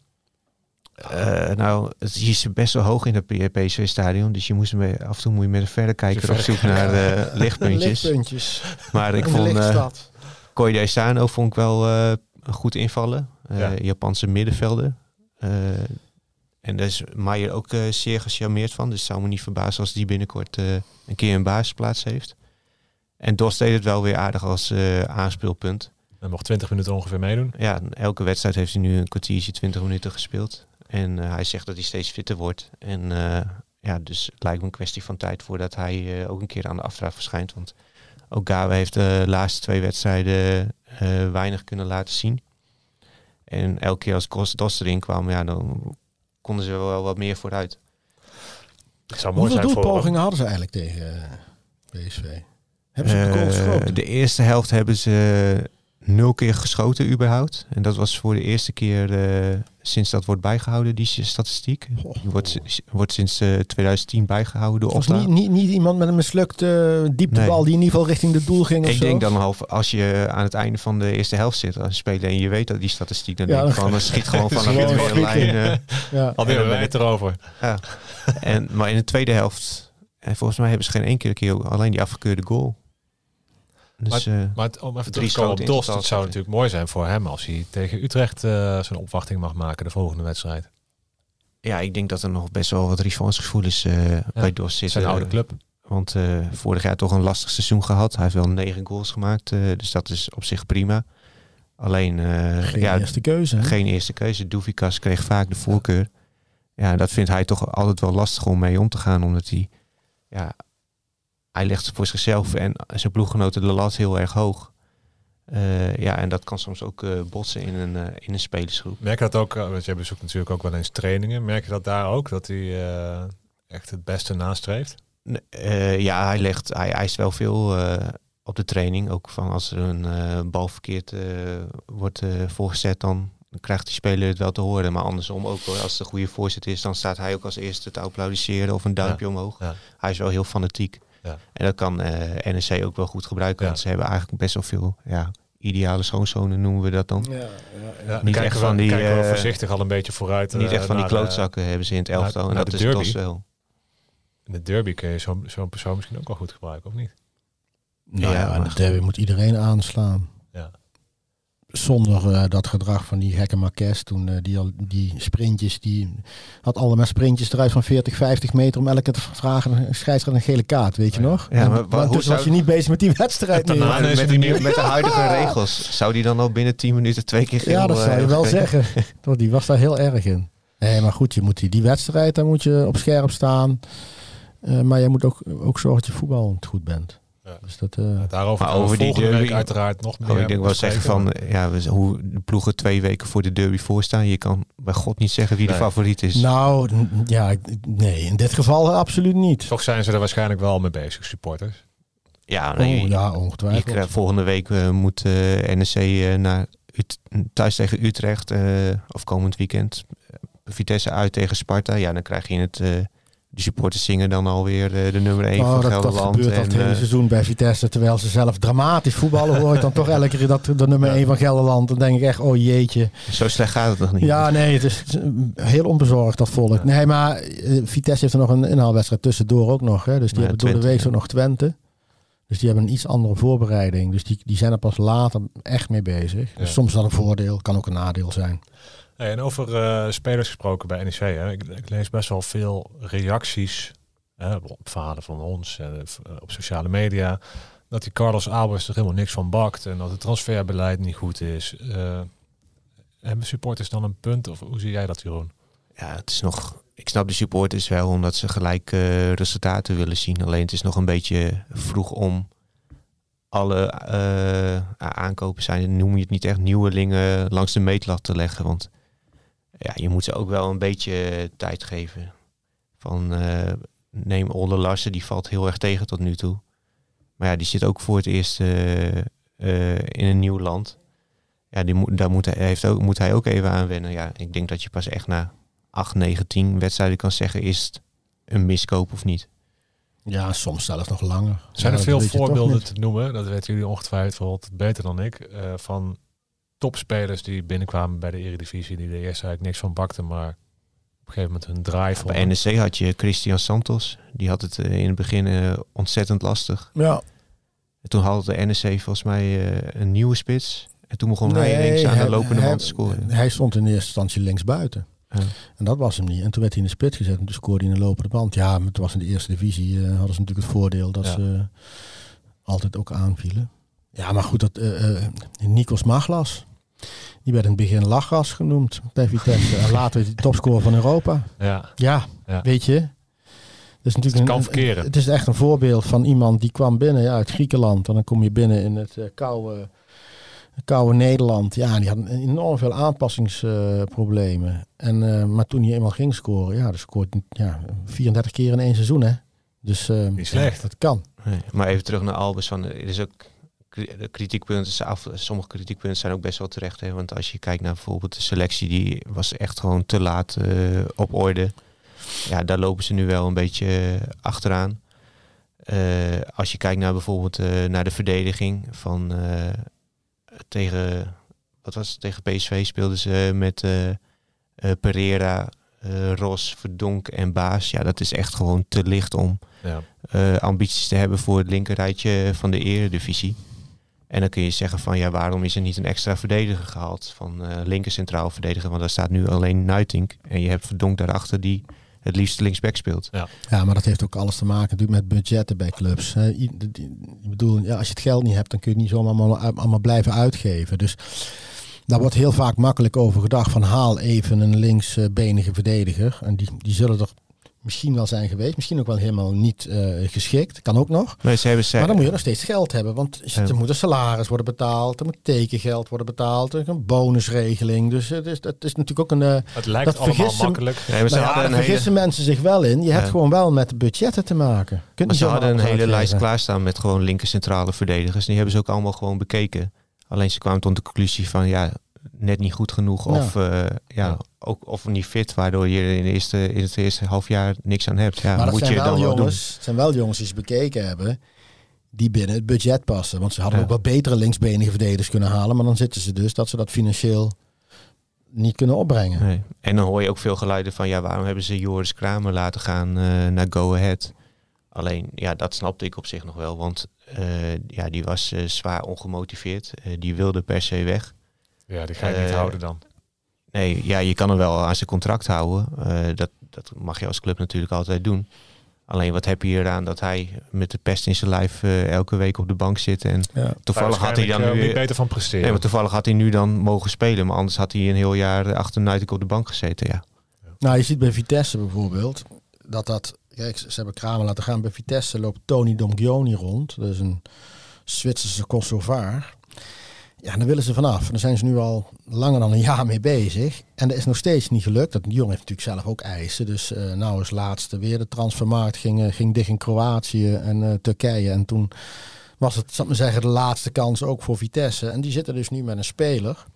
Speaker 3: Uh, nou, het is best wel hoog in het P S V-stadion. Dus je moest mee, af en toe moet je met een verrekijker op zoek naar uh, lichtpuntjes.
Speaker 2: lichtpuntjes.
Speaker 3: Maar ik vond uh, Koide Esano vond ik wel uh, goed invallen. Uh, ja. Japanse middenvelder. Uh, en daar is Maier ook uh, zeer gecharmeerd van. Dus het zou me niet verbazen als die binnenkort uh, een keer een basisplaats heeft. En Dos deed het wel weer aardig als uh, aanspeelpunt.
Speaker 1: Hij mocht twintig minuten ongeveer meedoen.
Speaker 3: Ja, elke wedstrijd heeft hij nu een kwartiertje, twintig minuten gespeeld. En uh, hij zegt dat hij steeds fitter wordt. En uh, ja, dus het lijkt me een kwestie van tijd voordat hij uh, ook een keer aan de aftrap verschijnt. Want ook Gawe heeft de laatste twee wedstrijden uh, weinig kunnen laten zien. En elke keer als Dos erin kwam, ja, dan konden ze wel wat meer vooruit.
Speaker 1: Het zou mooi
Speaker 2: Hoeveel
Speaker 1: zijn
Speaker 2: doelpogingen
Speaker 1: voor
Speaker 2: hadden ze eigenlijk tegen uh, P S V? Hebben ze op de goal geschoten?
Speaker 3: Uh, de eerste helft hebben ze nul keer geschoten überhaupt. En dat was voor de eerste keer uh, sinds dat wordt bijgehouden, die statistiek. Die wordt, wordt sinds uh, twintig tien bijgehouden door
Speaker 2: Opta. Niet, niet, niet iemand met een mislukte uh, dieptebal nee. die in ieder geval richting het doel ging of
Speaker 3: Ik
Speaker 2: zo?
Speaker 3: denk dan half, als je aan het einde van de eerste helft zit als speler en je weet dat die statistiek, dan ja, denk ik van, dan schiet gewoon van een weer lijn. Uh,
Speaker 1: ja. Al die wij het erover.
Speaker 3: Ja. En, maar in de tweede helft, en volgens mij hebben ze geen één keer, keer alleen die afgekeurde goal.
Speaker 1: Dus, maar, uh, maar het, om even terug te komen op Dost, het zou natuurlijk mooi zijn voor hem als hij tegen Utrecht uh, zijn opwachting mag maken de volgende wedstrijd.
Speaker 3: Ja, ik denk dat er nog best wel wat revanchegevoelens uh, ja, bij Dost zitten.
Speaker 1: Zijn oude club.
Speaker 3: Want uh, vorig jaar toch een lastig seizoen gehad. Hij heeft wel negen goals gemaakt, uh, dus dat is op zich prima. Alleen uh,
Speaker 2: geen
Speaker 3: ja,
Speaker 2: eerste keuze. Hè?
Speaker 3: Geen eerste keuze. Douvikas kreeg vaak de voorkeur. Ja, dat vindt hij toch altijd wel lastig om mee om te gaan, omdat hij ja, hij legt voor zichzelf en zijn ploeggenoten de lat heel erg hoog. Uh, ja, en dat kan soms ook uh, botsen in een, uh, in een spelersgroep.
Speaker 1: Merk je dat ook, want jij bezoekt natuurlijk ook wel eens trainingen. Merk je dat daar ook, dat hij uh, echt het beste nastreeft?
Speaker 3: Uh, ja, hij legt, hij eist wel veel uh, op de training. Ook van als er een uh, bal verkeerd uh, wordt uh, voorgezet, dan krijgt die speler het wel te horen. Maar andersom ook, hoor, als het een goede voorzet is, dan staat hij ook als eerste te applaudisseren of een duimpje ja. omhoog. Ja. Hij is wel heel fanatiek. Ja. En dat kan uh, N E C ook wel goed gebruiken, ja. want ze hebben eigenlijk best wel veel ja, ideale schoonzonen, noemen we dat dan.
Speaker 1: Ja, ja, ja. Niet echt van die kijken we uh, voorzichtig al een beetje vooruit.
Speaker 3: Niet echt van
Speaker 1: naar,
Speaker 3: die klootzakken uh, hebben ze in het elftal.
Speaker 1: Naar,
Speaker 3: en
Speaker 1: naar
Speaker 3: dat is
Speaker 1: derby.
Speaker 3: Dos wel.
Speaker 1: In de derby kun je zo'n zo'n persoon misschien ook wel goed gebruiken, of niet?
Speaker 2: Nou ja, ja in de derby moet iedereen aanslaan.
Speaker 1: Ja.
Speaker 2: Zonder uh, dat gedrag van die gekke Marquez toen uh, die, al, die sprintjes, die had allemaal sprintjes eruit van veertig, vijftig meter om elke te vragen een scheidsrechter een gele kaart, weet je ja. nog?
Speaker 3: Ja,
Speaker 2: en,
Speaker 3: maar, maar
Speaker 2: dus
Speaker 3: zou...
Speaker 2: was je niet bezig met die wedstrijd meer.
Speaker 3: Maar met, met, met, met de huidige regels, zou die dan al binnen tien minuten twee keer geel?
Speaker 2: Ja, dat zou je wel zeggen. Die was daar heel erg in. Nee, maar goed, je moet die, die wedstrijd, daar moet je op scherp staan. Uh, maar je moet ook, ook zorgen dat je voetballend goed bent.
Speaker 1: Ja.
Speaker 2: Dus dat, uh,
Speaker 1: ja, daarover gaan we volgende week uiteraard nog meer.
Speaker 3: Oh, ik denk wel zeggen van ja, we, hoe de ploegen twee weken voor de derby voorstaan. Je kan bij God niet zeggen wie nee. de favoriet is.
Speaker 2: Nou, ja, nee, in dit geval absoluut niet.
Speaker 1: Toch zijn ze er waarschijnlijk wel mee bezig, supporters.
Speaker 3: Ja, nee,
Speaker 2: oh, ja ongetwijfeld.
Speaker 3: Krijgt, volgende week uh, moet uh, N E C uh, naar Ut- thuis tegen Utrecht uh, of komend weekend. Vitesse uit tegen Sparta. Ja, dan krijg je het. Uh, de supporters zingen dan alweer uh, de nummer één oh, van
Speaker 2: dat,
Speaker 3: Gelderland.
Speaker 2: Dat gebeurt al het hele uh, seizoen bij Vitesse. Terwijl ze zelf dramatisch voetballen, hoor ik dan toch elke keer dat de nummer één ja. van Gelderland. Dan denk ik echt, oh jeetje.
Speaker 3: Zo slecht gaat het nog niet.
Speaker 2: Ja, nee, het is, het is heel onbezorgd dat volk. Ja. Nee, maar uh, Vitesse heeft er nog een inhaalwedstrijd tussendoor ook nog. Hè? Dus die ja, hebben Twente, door de week ja. ook nog Twente. Dus die hebben een iets andere voorbereiding. Dus die, die zijn er pas later echt mee bezig. Ja. Dus soms is dat een voordeel, kan ook een nadeel zijn.
Speaker 1: Hey, en over uh, spelers gesproken bij N E C. Hè. Ik, ik lees best wel veel reacties hè, op verhalen van ons, uh, op sociale media. Dat die Carlos Albers er helemaal niks van bakt. En dat het transferbeleid niet goed is. Uh, hebben supporters dan een punt? Of hoe zie jij dat, Jeroen?
Speaker 3: Ja, het is nog... Ik snap de supporters wel, omdat ze gelijk uh, resultaten willen zien. Alleen het is nog een beetje vroeg om alle uh, aankopen zijn, noem je het niet echt, nieuwelingen langs de meetlat te leggen. Want ja, je moet ze ook wel een beetje tijd geven. Van uh, neem Ole Larsen, die valt heel erg tegen tot nu toe. Maar ja, die zit ook voor het eerst uh, uh, in een nieuw land. Ja, die moet, daar moet hij, heeft ook, moet hij ook even aan wennen. Ja, ik denk dat je pas echt na acht, negen, tien wedstrijden kan zeggen, is het een miskoop of niet?
Speaker 2: Ja, soms zelfs nog langer.
Speaker 1: Zijn er
Speaker 2: ja,
Speaker 1: veel voorbeelden te noemen, dat weten jullie ongetwijfeld beter dan ik, uh, van topspelers die binnenkwamen bij de Eredivisie, die er eerst eigenlijk niks van bakten, maar op een gegeven moment hun draai vonden.
Speaker 3: Ja, bij N E C had je Christian Santos, die had het uh, in het begin uh, ontzettend lastig.
Speaker 2: Ja.
Speaker 3: En toen had de N E C volgens mij uh, een nieuwe spits. En toen begon nee, hij links aan hij, de lopende
Speaker 2: hij,
Speaker 3: band te scoren.
Speaker 2: Hij stond in eerste instantie links buiten. Ja. En dat was hem niet. En toen werd hij in de spits gezet en toen scoorde hij in de lopende band. Ja, maar het was in de eerste divisie. Uh, hadden ze natuurlijk het voordeel dat ja. ze uh, altijd ook aanvielen. Ja, maar goed, dat uh, uh, Nikos Maglas, die werd in het begin Lachgas genoemd bij Vitesse. En later werd hij topscorer van Europa.
Speaker 1: Ja,
Speaker 2: ja, ja. Weet je. Dus natuurlijk
Speaker 1: het kan
Speaker 2: een,
Speaker 1: verkeren.
Speaker 2: Een, het is echt een voorbeeld van iemand die kwam binnen ja, uit Griekenland. En dan kom je binnen in het uh, koude... koude Nederland, ja, die hadden enorm veel aanpassingsproblemen. Uh, en uh, maar toen hij eenmaal ging scoren, ja, dan scoort ja, vierendertig keer in één seizoen, hè. Dus uh,
Speaker 1: niet slecht.
Speaker 2: Ja, dat kan.
Speaker 3: Nee, maar even terug naar Albers. Van, er is ook de kritiekpunten. Af, sommige kritiekpunten zijn ook best wel terecht. Hè? Want als je kijkt naar bijvoorbeeld de selectie, die was echt gewoon te laat uh, op orde. Ja, daar lopen ze nu wel een beetje achteraan. Uh, als je kijkt naar bijvoorbeeld uh, naar de verdediging van uh, tegen wat was het, tegen P S V speelden ze met uh, uh, Pereira, uh, Ros, Verdonk en Baas. Ja, dat is echt gewoon te licht om ja. uh, ambities te hebben voor het linkerrijtje van de Eredivisie. En dan kun je zeggen van ja, waarom is er niet een extra verdediger gehaald van uh, linker centraal verdediger? Want daar staat nu alleen Nuitink en je hebt Verdonk daarachter die het liefst linksback speelt.
Speaker 2: Ja. ja, maar dat heeft ook alles te maken natuurlijk met budgetten bij clubs. Ik bedoel, ja, als je het geld niet hebt, dan kun je het niet zomaar allemaal, allemaal blijven uitgeven. Dus daar wordt heel vaak makkelijk over gedacht van haal even een linksbenige verdediger. En die, die zullen er misschien wel zijn geweest. Misschien ook wel helemaal niet uh, geschikt. Kan ook nog.
Speaker 3: Nee, ze hebben ze...
Speaker 2: Maar dan moet je nog steeds geld hebben. Want ja. er moet een salaris worden betaald. Er moet tekengeld worden betaald. Er is een bonusregeling. Dus het is, het is natuurlijk ook een... Uh,
Speaker 1: het lijkt
Speaker 2: dat
Speaker 1: allemaal
Speaker 2: vergissen,
Speaker 1: makkelijk.
Speaker 3: Nee, maar ze
Speaker 2: nou ja,
Speaker 3: hadden
Speaker 2: daar
Speaker 3: een
Speaker 2: vergissen hele... mensen zich wel in. Je ja. hebt gewoon wel met budgetten te maken. Kunt
Speaker 3: maar ze hadden een hele
Speaker 2: uitgeven.
Speaker 3: lijst klaarstaan met gewoon linker centrale verdedigers. En die hebben ze ook allemaal gewoon bekeken. Alleen ze kwamen tot de conclusie van ja... net niet goed genoeg ja. of uh, ja, ook of niet fit, waardoor je in, de eerste, in het eerste half jaar niks aan hebt. Ja,
Speaker 2: maar dat
Speaker 3: moet
Speaker 2: zijn
Speaker 3: je
Speaker 2: wel
Speaker 3: dan
Speaker 2: jongens,
Speaker 3: wel
Speaker 2: het zijn wel jongens die ze bekeken hebben, die binnen het budget passen. Want ze hadden
Speaker 3: ja.
Speaker 2: ook wel betere linksbenige verdedigers kunnen halen, maar dan zitten ze dus dat ze dat financieel niet kunnen opbrengen.
Speaker 3: Nee. En dan hoor je ook veel geluiden van ja, waarom hebben ze Joris Kramer laten gaan uh, naar Go Ahead? Alleen, ja, dat snapte ik op zich nog wel, want uh, ja, die was uh, zwaar ongemotiveerd. Uh, die wilde per se weg.
Speaker 1: Ja, die ga je uh, niet houden dan.
Speaker 3: Nee, ja, je kan hem wel aan zijn contract houden. Uh, dat, dat mag je als club natuurlijk altijd doen. Alleen wat heb je hier aan dat hij met de pest in zijn lijf uh, elke week op de bank zit. En ja. toevallig had hij dan
Speaker 1: uh,
Speaker 3: nu
Speaker 1: niet beter van presteren.
Speaker 3: Nee, maar toevallig had hij nu dan mogen spelen. Maar anders had hij een heel jaar achter Nuitink op de bank gezeten, ja.
Speaker 2: ja. Nou, je ziet bij Vitesse bijvoorbeeld dat dat... Kijk, ze hebben Kramer laten gaan. Bij Vitesse loopt Tony Domgioni rond. Dat is een Zwitserse Kosovaar. Ja, daar willen ze vanaf. En daar zijn ze nu al langer dan een jaar mee bezig. En dat is nog steeds niet gelukt. Dat, die jongen heeft natuurlijk zelf ook eisen. Dus uh, nou is laatste weer de transfermarkt. Ging, uh, ging dicht in Kroatië en uh, Turkije. En toen was het, zal ik maar zeggen, de laatste kans ook voor Vitesse. En die zitten dus nu met een speler.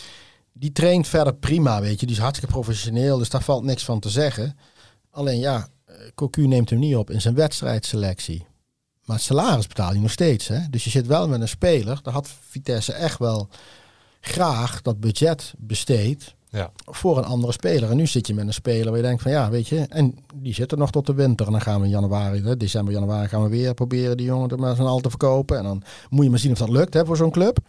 Speaker 2: Die traint verder prima, weet je. Die is hartstikke professioneel. Dus daar valt niks van te zeggen. Alleen ja, Cocu neemt hem niet op in zijn wedstrijdselectie. Maar het salaris betaal je nog steeds. Hè? Dus je zit wel met een speler. Daar had Vitesse echt wel graag dat budget besteed
Speaker 1: ja.
Speaker 2: voor een andere speler. En nu zit je met een speler waar je denkt van ja, weet je. En die zit er nog tot de winter. En dan gaan we in januari, hè, december, januari gaan we weer proberen die jongen er maar zijn al te verkopen. En dan moet je maar zien of dat lukt hè, voor zo'n club.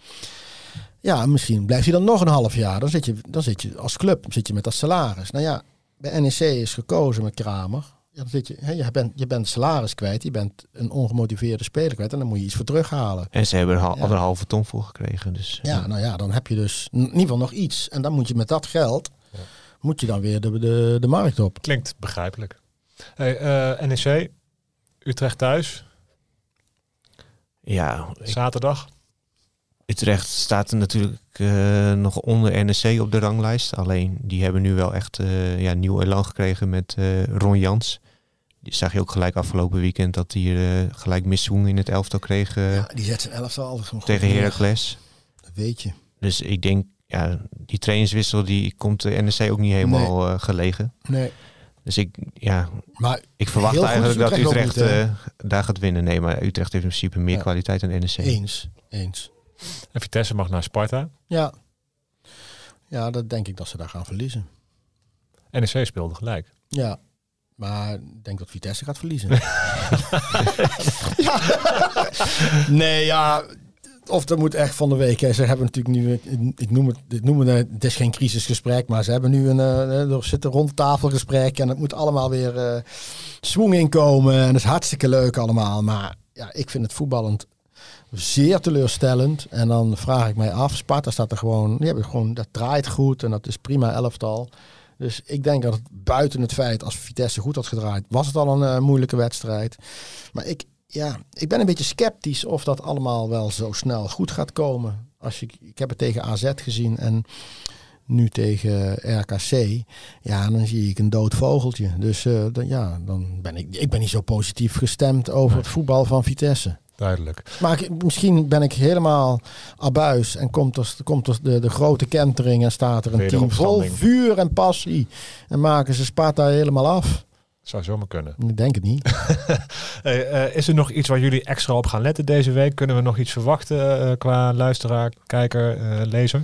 Speaker 2: Ja, misschien blijft hij dan nog een half jaar. Dan zit je, dan zit je als club zit je met dat salaris. Nou ja, bij N E C is gekozen met Kramer. Ja, dan zit je, hè, je, bent, je bent salaris kwijt, je bent een ongemotiveerde speler kwijt en dan moet je iets voor terughalen.
Speaker 3: En ze hebben er al ja. een halve ton voor gekregen. Dus,
Speaker 2: ja, ja, nou ja, dan heb je dus in ieder geval nog iets. En dan moet je met dat geld, ja. moet je dan weer de, de, de markt op.
Speaker 1: Klinkt begrijpelijk. Hey, uh, N E C, Utrecht thuis.
Speaker 3: Ja.
Speaker 1: Zaterdag.
Speaker 3: Utrecht staat er natuurlijk uh, nog onder N E C op de ranglijst. Alleen die hebben nu wel echt uh, ja, nieuw elan gekregen met uh, Ron Jans. Die zag je ook gelijk afgelopen weekend dat hij uh, gelijk miszoen in het elftal kreeg. Uh, ja,
Speaker 2: die zet zijn elftal altijd
Speaker 3: tegen Heracles.
Speaker 2: Dat weet je.
Speaker 3: Dus ik denk, ja, die trainerswissel die komt de N E C ook niet helemaal nee. uh, gelegen.
Speaker 2: Nee.
Speaker 3: Dus ik, ja,
Speaker 2: maar
Speaker 3: ik verwacht eigenlijk dat Utrecht, Utrecht uh, daar gaat winnen. Nee, maar Utrecht heeft in principe meer ja. kwaliteit dan N E C.
Speaker 2: Eens, eens.
Speaker 1: En Vitesse mag naar Sparta.
Speaker 2: Ja. Ja, dat denk ik dat ze daar gaan verliezen.
Speaker 1: N E C speelde gelijk.
Speaker 2: Ja, maar ik denk dat Vitesse gaat verliezen. ja. Nee, ja. Of er moet echt van de week. Hè. Ze hebben natuurlijk nu, ik noem het, ik noem het, het is geen crisisgesprek, maar ze hebben nu een, uh, er zit een rondtafelgesprek en het moet allemaal weer uh, swing inkomen en het is hartstikke leuk allemaal. Maar ja, ik vind het voetballend zeer teleurstellend. En dan vraag ik mij af, Sparta staat er gewoon, die hebben gewoon, dat draait goed en dat is prima elftal. Dus ik denk dat het buiten het feit, als Vitesse goed had gedraaid, was het al een uh, moeilijke wedstrijd. Maar ik, ja, ik ben een beetje sceptisch of dat allemaal wel zo snel goed gaat komen. Als je, ik heb het tegen A Z gezien en nu tegen R K C. Ja, dan zie ik een dood vogeltje. Dus uh, dan, ja, dan ben ik, ik ben niet zo positief gestemd over
Speaker 1: Nee.
Speaker 2: het voetbal van Vitesse.
Speaker 1: Duidelijk.
Speaker 2: Maar ik, misschien ben ik helemaal abuis en komt er, komt er de, de grote kentering en staat er een team vol
Speaker 1: Wederopstanding.
Speaker 2: vuur en passie. En maken ze Sparta helemaal af.
Speaker 1: Zou zomaar kunnen.
Speaker 2: Ik denk het niet.
Speaker 1: Hey, uh, is er nog iets waar jullie extra op gaan letten deze week? Kunnen we nog iets verwachten uh, qua luisteraar, kijker, uh, lezer?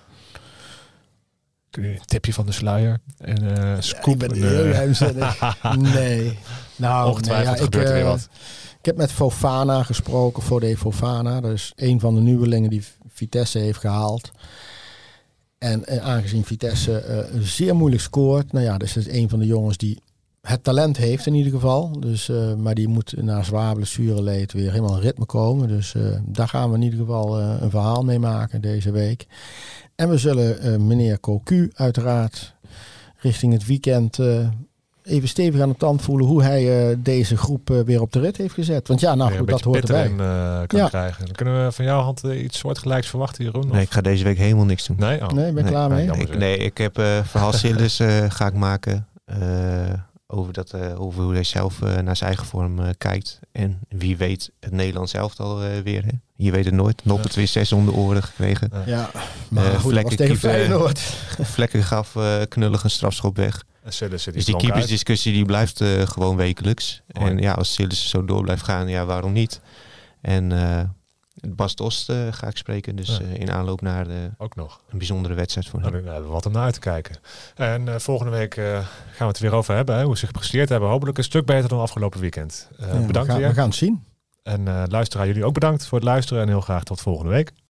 Speaker 1: Een tipje van de sluier. En uh, scoop.
Speaker 2: Ja, ik ben
Speaker 1: een,
Speaker 2: heel
Speaker 1: uh,
Speaker 2: geheimzinnig. Nee. Nou,
Speaker 1: Ongetwijfeld
Speaker 2: nee, ja,
Speaker 1: gebeurt
Speaker 2: ik,
Speaker 1: er weer
Speaker 2: uh,
Speaker 1: wat.
Speaker 2: Ik heb met Fofana gesproken, Fode Fofana. Dat is een van de nieuwelingen die Vitesse heeft gehaald. En uh, aangezien Vitesse uh, zeer moeilijk scoort. Nou ja, dus het is een van de jongens die het talent heeft in ieder geval. Dus, uh, maar die moet na zwaar blessureleed weer helemaal in ritme komen. Dus uh, daar gaan we in ieder geval uh, een verhaal mee maken deze week. En we zullen uh, meneer Cocu uiteraard richting het weekend uh, even stevig aan de tand voelen hoe hij uh, deze groep uh, weer op de rit heeft gezet. Want ja, nou
Speaker 1: Weer
Speaker 2: goed,
Speaker 1: een
Speaker 2: dat hoort
Speaker 1: beetje
Speaker 2: erbij.
Speaker 1: pit erin, uh, kan
Speaker 2: Ja.
Speaker 1: krijgen. Dan kunnen we van jouw hand uh, iets soortgelijks verwachten, Jeroen?
Speaker 3: Nee, ik ga deze week helemaal niks doen.
Speaker 1: Nee? Oh.
Speaker 2: Nee, ben je
Speaker 3: Nee,
Speaker 2: klaar mee?
Speaker 1: nee, jammer.
Speaker 3: Ik, nee, ik heb uh, verhaal Sillis uh, ga ik maken. Uh, over, dat, uh, over hoe hij zelf uh, naar zijn eigen vorm uh, kijkt. En wie weet het Nederlands elftal uh, weer. Hè? Je weet het nooit. Noppert weer zes om de oren gekregen.
Speaker 2: Ja, maar
Speaker 3: Uh,
Speaker 2: goed, dat was
Speaker 3: vlekken
Speaker 2: tegen
Speaker 3: keeper-
Speaker 2: Feyenoord.
Speaker 3: Vlekken gaf uh, knullig een strafschop weg.
Speaker 1: En Sillis zit
Speaker 3: Dus die
Speaker 1: dronken uit.
Speaker 3: keepersdiscussie die blijft uh, gewoon wekelijks.
Speaker 1: Mooi.
Speaker 3: En ja, als Sillis zo door blijft gaan, ja, waarom niet? En uh, Bas Dost uh, ga ik spreken. Dus
Speaker 1: Ja.
Speaker 3: uh, in aanloop naar uh,
Speaker 1: Ook nog.
Speaker 3: een bijzondere wedstrijd voor
Speaker 1: Nou,
Speaker 3: hem.
Speaker 1: dan hebben we wat om naar uit te kijken. En uh, volgende week uh, gaan we het er weer over hebben. Hè, hoe ze gepresteerd hebben. Hopelijk een stuk beter dan afgelopen weekend. Uh,
Speaker 2: Ja,
Speaker 1: bedankt
Speaker 2: we gaan,
Speaker 1: weer.
Speaker 2: we gaan het zien.
Speaker 1: En uh, luisteraar, jullie ook bedankt voor het luisteren. En heel graag tot volgende week.